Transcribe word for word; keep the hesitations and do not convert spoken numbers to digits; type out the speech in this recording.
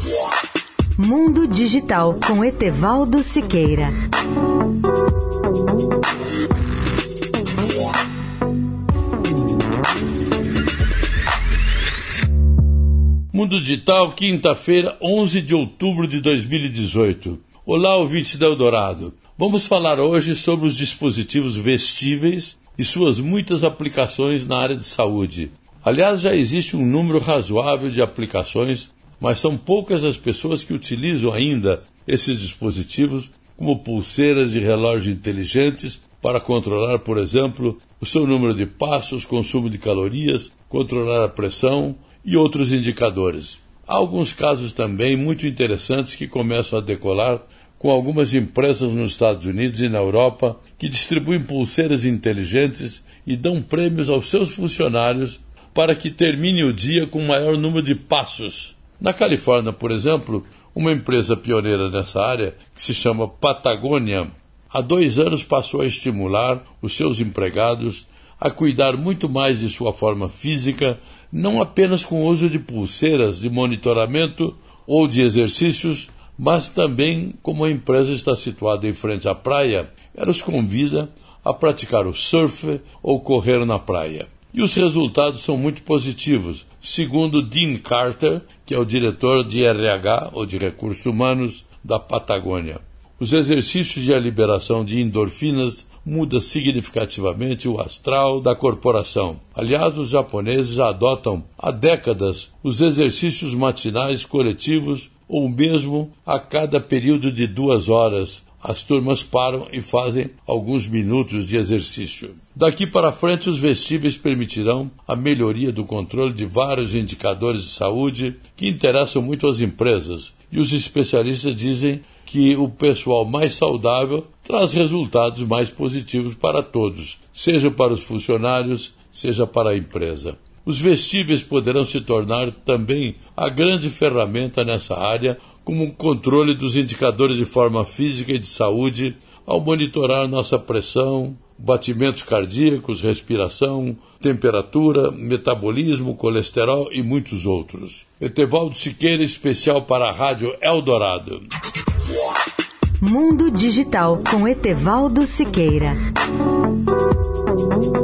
Mundo Digital com Etevaldo Siqueira. Mundo Digital, quinta-feira, onze de outubro de dois mil e dezoito. Olá, ouvintes da Eldorado. Vamos falar hoje sobre os dispositivos vestíveis e suas muitas aplicações na área de saúde. Aliás, já existe um número razoável de aplicações, mas são poucas as pessoas que utilizam ainda esses dispositivos, como pulseiras e relógios inteligentes, para controlar, por exemplo, o seu número de passos, consumo de calorias, controlar a pressão e outros indicadores. Há alguns casos também muito interessantes que começam a decolar com algumas empresas nos Estados Unidos e na Europa que distribuem pulseiras inteligentes e dão prêmios aos seus funcionários para que termine o dia com o maior número de passos. Na Califórnia, por exemplo, uma empresa pioneira nessa área, que se chama Patagonia, há dois anos passou a estimular os seus empregados a cuidar muito mais de sua forma física, não apenas com o uso de pulseiras de monitoramento ou de exercícios, mas também, como a empresa está situada em frente à praia, ela os convida a praticar o surf ou correr na praia. E os resultados são muito positivos, segundo Dean Carter, que é o diretor de R H, ou de Recursos Humanos, da Patagônia. Os exercícios e a liberação de endorfinas muda significativamente o astral da corporação. Aliás, os japoneses já adotam há décadas os exercícios matinais coletivos ou mesmo a cada período de duas horas. As turmas param e fazem alguns minutos de exercício. Daqui para frente, os vestíveis permitirão a melhoria do controle de vários indicadores de saúde que interessam muito às empresas. E os especialistas dizem que o pessoal mais saudável traz resultados mais positivos para todos, seja para os funcionários, seja para a empresa. Os vestíveis poderão se tornar também a grande ferramenta nessa área, como o controle dos indicadores de forma física e de saúde, ao monitorar nossa pressão, batimentos cardíacos, respiração, temperatura, metabolismo, colesterol e muitos outros. Etevaldo Siqueira, especial para a Rádio Eldorado. Mundo Digital com Etevaldo Siqueira.